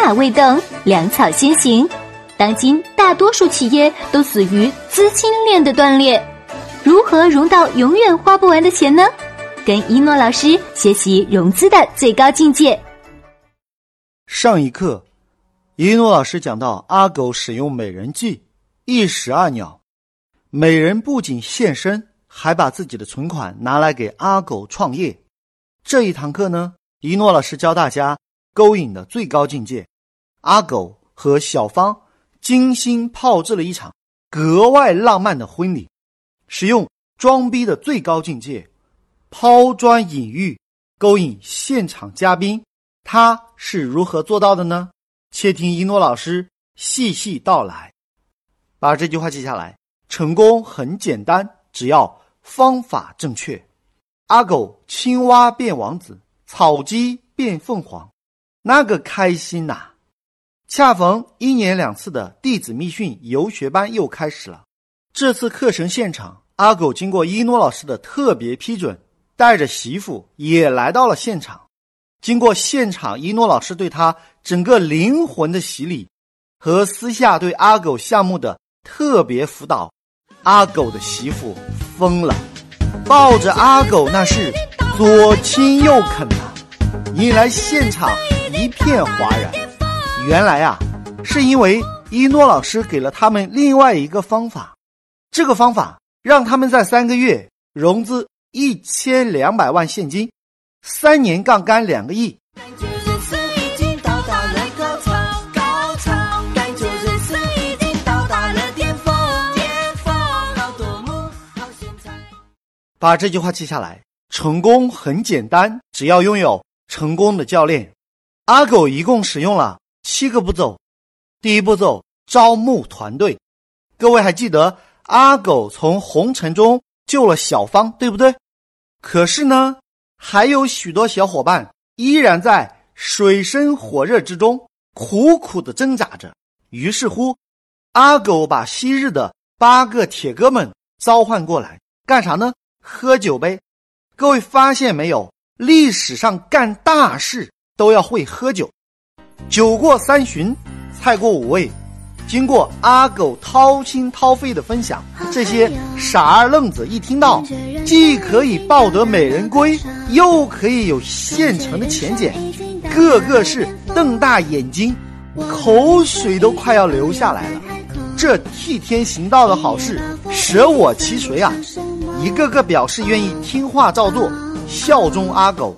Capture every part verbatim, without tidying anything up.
马未动，粮草先行。当今大多数企业都死于资金链的断裂，如何融到永远花不完的钱呢？跟一诺老师学习融资的最高境界。 上一课，一诺老师讲到阿狗使用美人计，一石二鸟。美人不仅现身，还把自己的存款拿来给阿狗创业。这一堂课呢，一诺老师教大家勾引的最高境界。阿狗和小芳精心炮制了一场格外浪漫的婚礼，使用装逼的最高境界，抛砖引玉，勾引现场嘉宾。他是如何做到的呢？且听一诺老师细细道来。把这句话记下来，成功很简单，只要方法正确。阿狗青蛙变王子，草鸡变凤凰，那个开心呐、啊！恰逢一年两次的弟子密训游学班又开始了。这次课程现场，阿狗经过一诺老师的特别批准，带着媳妇也来到了现场。经过现场一诺老师对他整个灵魂的洗礼和私下对阿狗项目的特别辅导，阿狗的媳妇疯了，抱着阿狗那是左亲右啃啊，引来现场一片哗然。原来啊，是因为一诺老师给了他们另外一个方法，这个方法让他们在三个月融资一千两百万现金，三年杠杆两个亿。把这句话记下来，成功很简单，只要拥有成功的教练。阿狗一共使用了七个步骤。第一步骤，招募团队。各位还记得阿狗从红尘中救了小芳，对不对？可是呢，还有许多小伙伴依然在水深火热之中苦苦地挣扎着。于是乎，阿狗把昔日的八个铁哥们召唤过来，干啥呢？喝酒呗。各位发现没有，历史上干大事都要会喝酒。酒过三巡，菜过五味。经过阿狗掏心掏肺的分享，这些傻二愣子一听到，既可以抱得美人归，又可以有现成的钱捡，个个是瞪大眼睛，口水都快要流下来了。这替天行道的好事，舍我其谁啊！一个个表示愿意听话照做，效忠阿狗。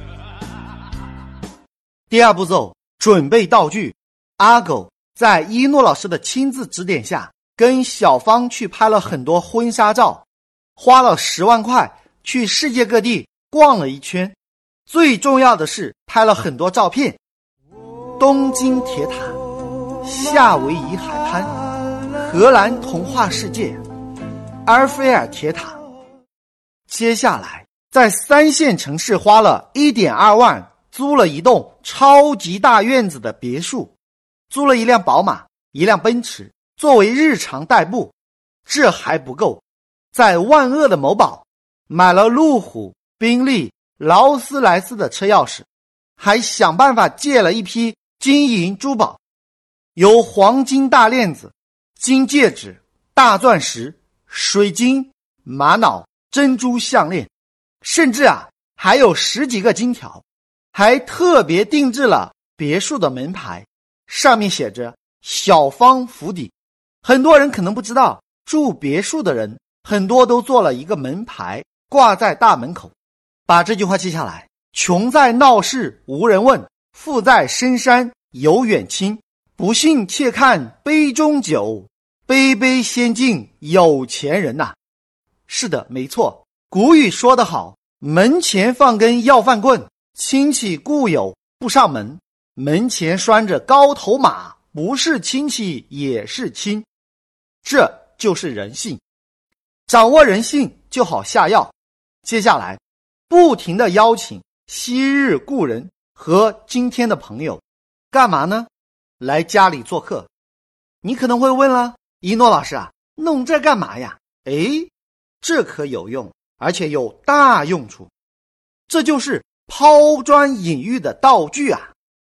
第二步骤，准备道具。阿狗在一诺老师的亲自指点下，跟小芳去拍了很多婚纱照，花了十万块去世界各地逛了一圈。最重要的是拍了很多照片，东京铁塔、夏威夷海滩、荷兰童话世界、埃菲尔铁塔。接下来在三线城市花了 一点二万租了一栋超级大院子的别墅，租了一辆宝马，一辆奔驰作为日常代步。这还不够，在万恶的某宝买了路虎、宾利、劳斯莱斯的车钥匙，还想办法借了一批金银珠宝，有黄金大链子、金戒指、大钻石、水晶、玛瑙、珍珠项链，甚至啊还有十几个金条，还特别定制了别墅的门牌，上面写着小芳府邸。很多人可能不知道，住别墅的人很多都做了一个门牌挂在大门口。把这句话记下来，穷在闹市无人问，富在深山有远亲。不信且看杯中酒，杯杯先敬有钱人呐、啊。是的，没错，古语说得好，门前放根要饭棍，亲戚故友不上门。门前拴着高头马，不是亲戚也是亲。这就是人性，掌握人性就好下药。接下来不停地邀请昔日故人和今天的朋友，干嘛呢？来家里做客。你可能会问了，一诺老师啊，弄这干嘛呀？诶，这可有用，而且有大用处。这就是抛砖引玉的道具啊。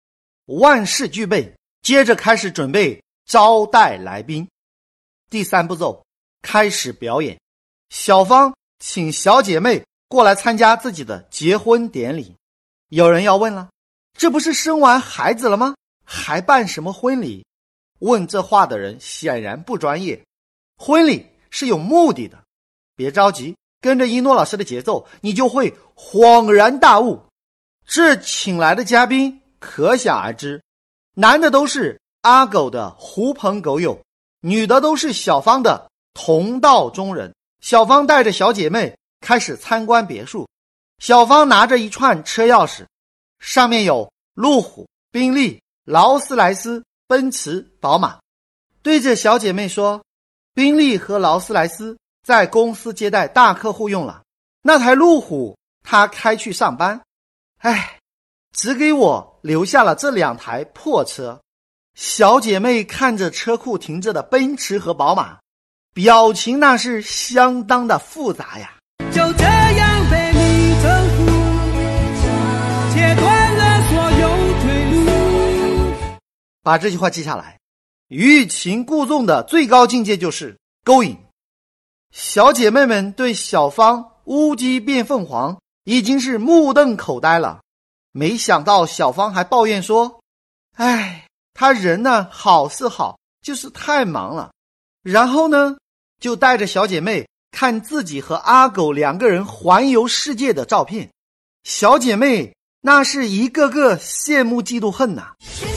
万事俱备，接着开始准备招待来宾。第三步骤，开始表演。小芳请小姐妹过来参加自己的结婚典礼。有人要问了，这不是生完孩子了吗？还办什么婚礼？问这话的人显然不专业。婚礼是有目的的，别着急，跟着一诺老师的节奏，你就会恍然大悟。这请来的嘉宾可想而知，男的都是阿狗的狐朋狗友，女的都是小芳的同道中人。小芳带着小姐妹开始参观别墅。小芳拿着一串车钥匙，上面有路虎、宾利、劳斯莱斯、奔驰、宝马，对着小姐妹说，宾利和劳斯莱斯在公司接待大客户用了，那台路虎她开去上班，唉，只给我留下了这两台破车。小姐妹看着车库停着的奔驰和宝马，表情那是相当的复杂呀。 就这样被你征服，切断了所有退路。 把这句话记下来，欲擒故纵的最高境界就是勾引。小姐妹们对小芳乌鸡变凤凰已经是目瞪口呆了。没想到小芳还抱怨说，唉，她人呢好是好，就是太忙了。然后呢就带着小姐妹看自己和阿狗两个人环游世界的照片。小姐妹那是一个个羡慕嫉妒恨呐、啊。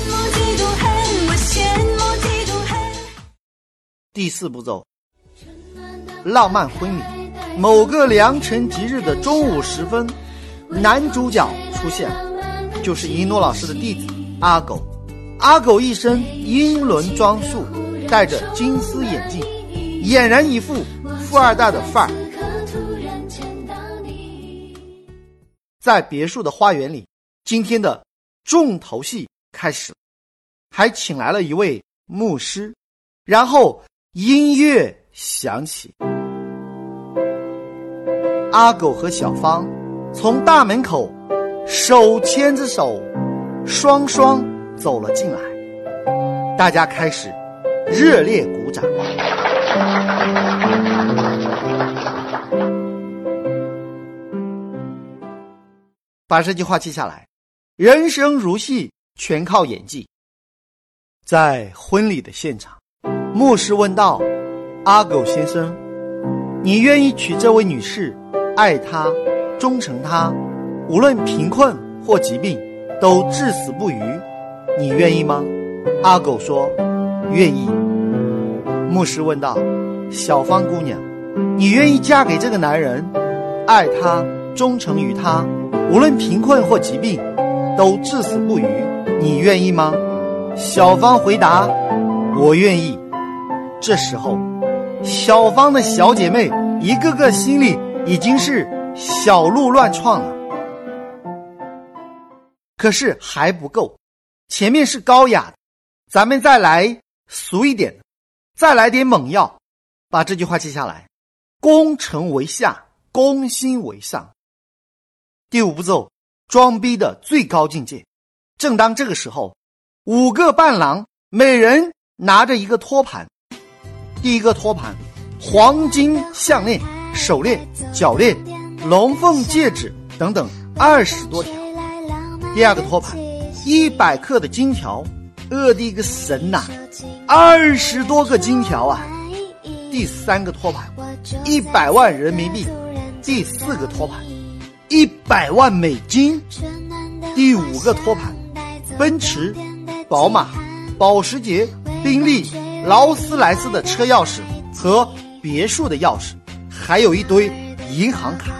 第四步骤，浪漫婚礼。某个良辰吉日的中午时分，男主角出现了，就是一诺老师的弟子阿狗。阿狗一身英伦装束，戴着金丝眼镜，俨然一副富二代的范儿。在别墅的花园里，今天的重头戏开始了，还请来了一位牧师，然后音乐响起。阿狗和小芳从大门口手牵着手，双双走了进来，大家开始热烈鼓掌。把这句话记下来，人生如戏，全靠演技。在婚礼的现场，牧师问道，阿狗先生，你愿意娶这位女士，爱她，忠诚她，无论贫困或疾病都至死不渝，你愿意吗？阿狗说，愿意。牧师问道，小芳姑娘，你愿意嫁给这个男人，爱他，忠诚于他，无论贫困或疾病都至死不渝，你愿意吗？小芳回答，我愿意。这时候小芳的小姐妹一个个心里已经是小鹿乱撞了。可是还不够，前面是高雅的，咱们再来俗一点的，再来点猛药。把这句话记下来，攻城为下，攻心为上。第五步骤，装逼的最高境界。正当这个时候，五个伴郎每人拿着一个托盘，第一个托盘，黄金项链、手链、脚链、龙凤戒指等等二十多条。第二个托盘，一百克的金条，饿的一个神呐、啊，二十多个金条啊。第三个托盘，一百万人民币。第四个托盘，一百万美金。第五个托盘，奔驰、宝马、保时捷、宾利、劳斯莱斯的车钥匙和别墅的钥匙，还有一堆银行卡。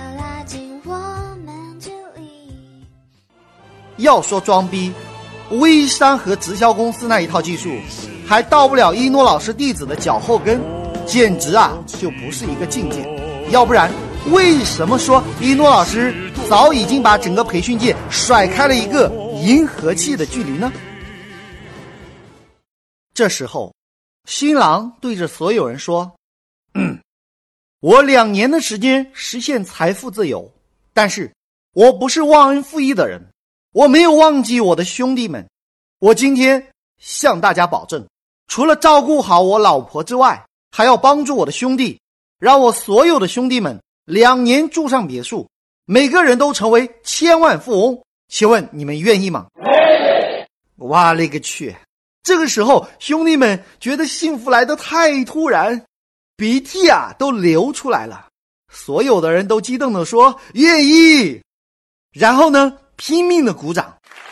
要说装逼，微商和直销公司那一套技术还到不了一诺老师弟子的脚后跟，简直啊就不是一个境界。要不然为什么说一诺老师早已经把整个培训界甩开了一个银河系的距离呢？这时候新郎对着所有人说，嗯，我两年的时间实现财富自由，但是我不是忘恩负义的人，我没有忘记我的兄弟们， 我今天向大家保证，除了照顾好我老婆之外，还要帮助我的兄弟，让我所有的兄弟们两年住上别墅，每个人都成为千万富翁。请问你们愿意吗？哇嘞个去！这个时候兄弟们觉得幸福来得太突然，鼻涕啊都流出来了，所有的人都激动地说愿意，然后呢拼命的鼓掌。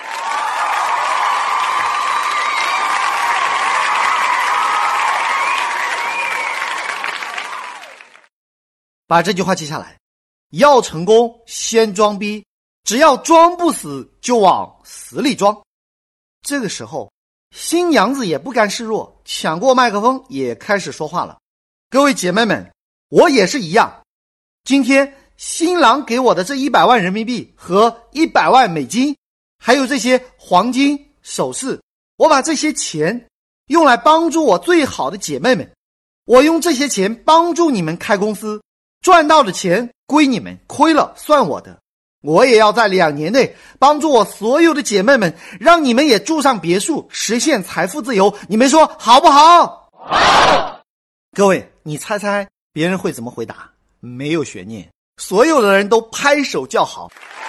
把这句话记下来，要成功先装逼，只要装不死就往死里装。这个时候新娘子也不甘示弱，抢过麦克风也开始说话了。各位姐妹们，我也是一样，今天新郎给我的这一百万人民币和一百万美金，还有这些黄金首饰，我把这些钱用来帮助我最好的姐妹们，我用这些钱帮助你们开公司，赚到的钱归你们，亏了算我的。我也要在两年内帮助我所有的姐妹们，让你们也住上别墅，实现财富自由。你们说好不好？好。各位，你猜猜别人会怎么回答？没有悬念，所有的人都拍手叫好。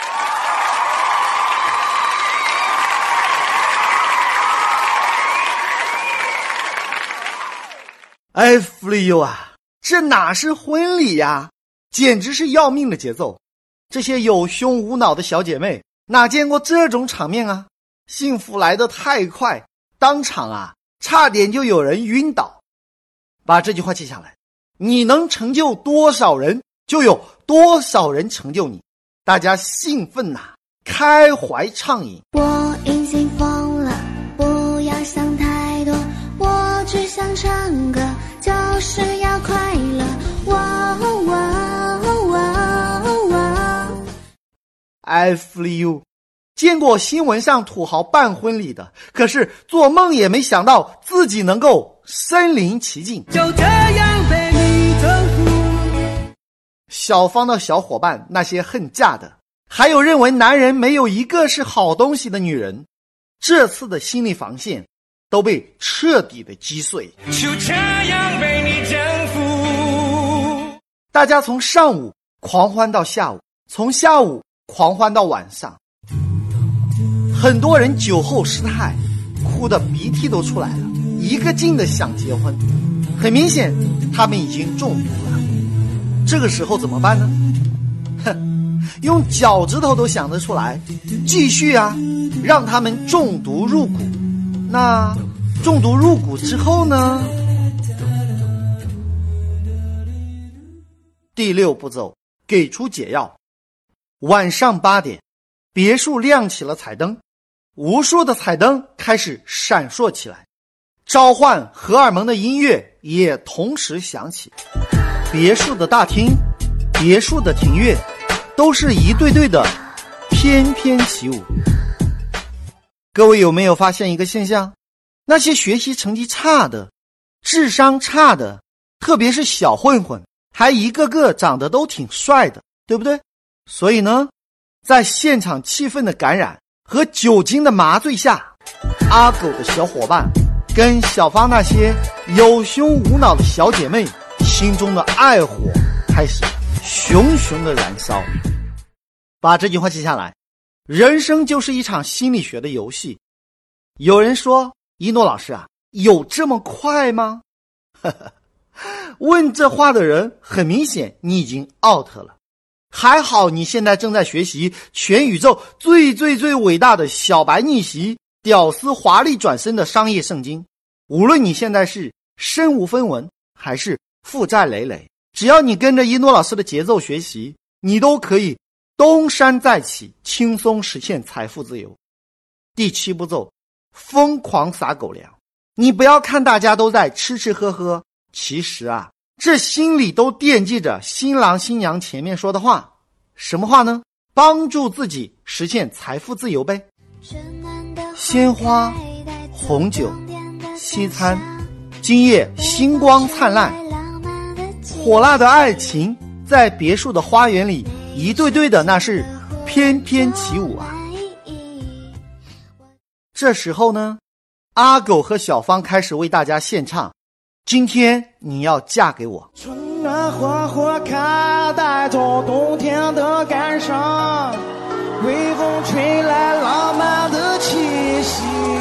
哎，福利优啊，这哪是婚礼呀，简直是要命的节奏。这些有胸无脑的小姐妹哪见过这种场面啊？幸福来得太快，当场啊差点就有人晕倒。把这句话记下来，你能成就多少人，就有多少人成就你。大家兴奋呐、啊，开怀畅饮。 我已经疯了，不要想太多，我只想唱歌，就是要快乐。哇哇哇哇 I feel you。 见过新闻上土豪办婚礼的，可是做梦也没想到自己能够身临其境， 就这样被你征服。 小芳的小伙伴，那些恨嫁的，还有认为男人没有一个是好东西的女人，这次的心理防线都被彻底的击碎， 就这样被你征服。 大家从上午狂欢到下午，从下午狂欢到晚上，很多人酒后失态，哭得鼻涕都出来了，一个劲的想结婚。很明显他们已经中毒了，这个时候怎么办呢？哼，用脚趾头都想得出来，继续啊，让他们中毒入骨。那中毒入骨之后呢？第六步骤，给出解药。晚上八点，别墅亮起了彩灯，无数的彩灯开始闪烁起来，召唤荷尔蒙的音乐也同时响起。别墅的大厅，别墅的庭院，都是一对对的翩翩起舞。各位有没有发现一个现象？那些学习成绩差的，智商差的，特别是小混混，还一个个长得都挺帅的，对不对？所以呢，在现场气氛的感染和酒精的麻醉下，阿狗的小伙伴跟小芳那些有胸无脑的小姐妹心中的爱火开始熊熊的燃烧。把这句话记下来，人生就是一场心理学的游戏。有人说，一诺老师啊，有这么快吗？问这话的人很明显你已经 out 了。还好你现在正在学习全宇宙最最最伟大的小白逆袭屌丝华丽转身的商业圣经，无论你现在是身无分文还是负债累累，只要你跟着一诺老师的节奏学习，你都可以东山再起，轻松实现财富自由。第七步骤，疯狂撒狗粮。你不要看大家都在吃吃喝喝，其实啊，这心里都惦记着新郎新娘前面说的话。什么话呢？帮助自己实现财富自由呗。鲜花、红酒、西餐，今夜星光灿烂，火辣的爱情在别墅的花园里一对对的，那是翩翩起舞啊。 这时候呢，阿狗和小芳开始为大家献唱，今天你要嫁给我。 春暖花花开，带着冬天的感伤，微风吹来浪漫的气息，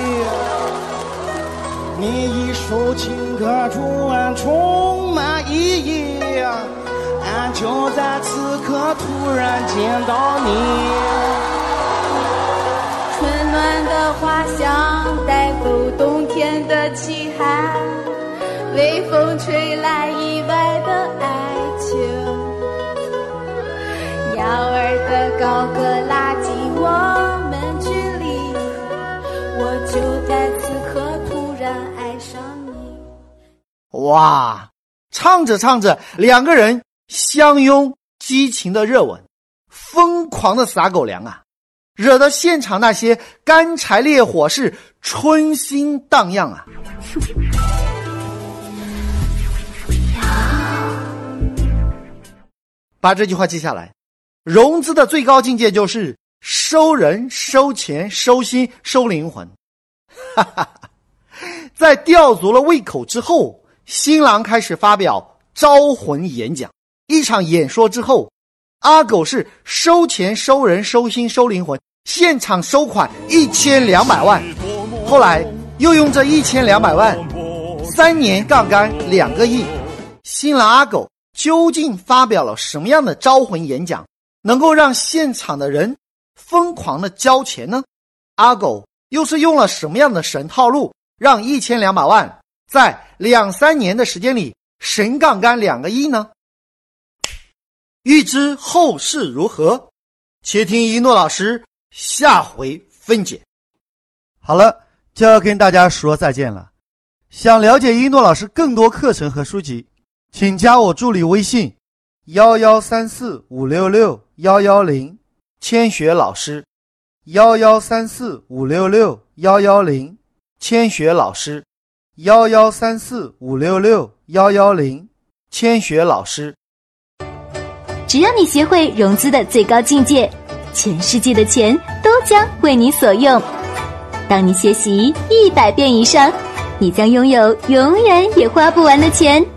你一首情歌中文充满意义，俺就在此刻突然见到你。 春暖的花香带走冬天的凄寒，微风吹来意外的爱情，鸟儿的高歌拉近我们距离，我就在此刻突然爱上你。 哇，唱着唱着，两个人相拥，激情的热吻，疯狂的撒狗粮啊，惹得现场那些干柴烈火是春心荡漾啊。把这句话记下来，融资的最高境界就是收人、收钱、收心、收灵魂。哈哈，在吊足了胃口之后，新郎开始发表招魂演讲。一场演说之后，阿狗是收钱、收人、收心、收灵魂，现场收款一千两百万。后来又用这一千两百万，三年杠杆两个亿。新郎阿狗究竟发表了什么样的招魂演讲，能够让现场的人疯狂的交钱呢？阿狗又是用了什么样的神套路，让一千两百万在两三年的时间里神杠杆两个亿呢？欲知后事如何，且听一诺老师下回分解。好了，就要跟大家说再见了。想了解一诺老师更多课程和书籍，请加我助理微信幺幺三四五六六幺幺零，千雪老师幺幺三四五六六幺幺零，千雪老师幺幺三四五六六幺幺零，千雪老师。 只要你学会融资的最高境界，全世界的钱都将为你所用。当你学习一百遍以上，你将拥有永远也花不完的钱。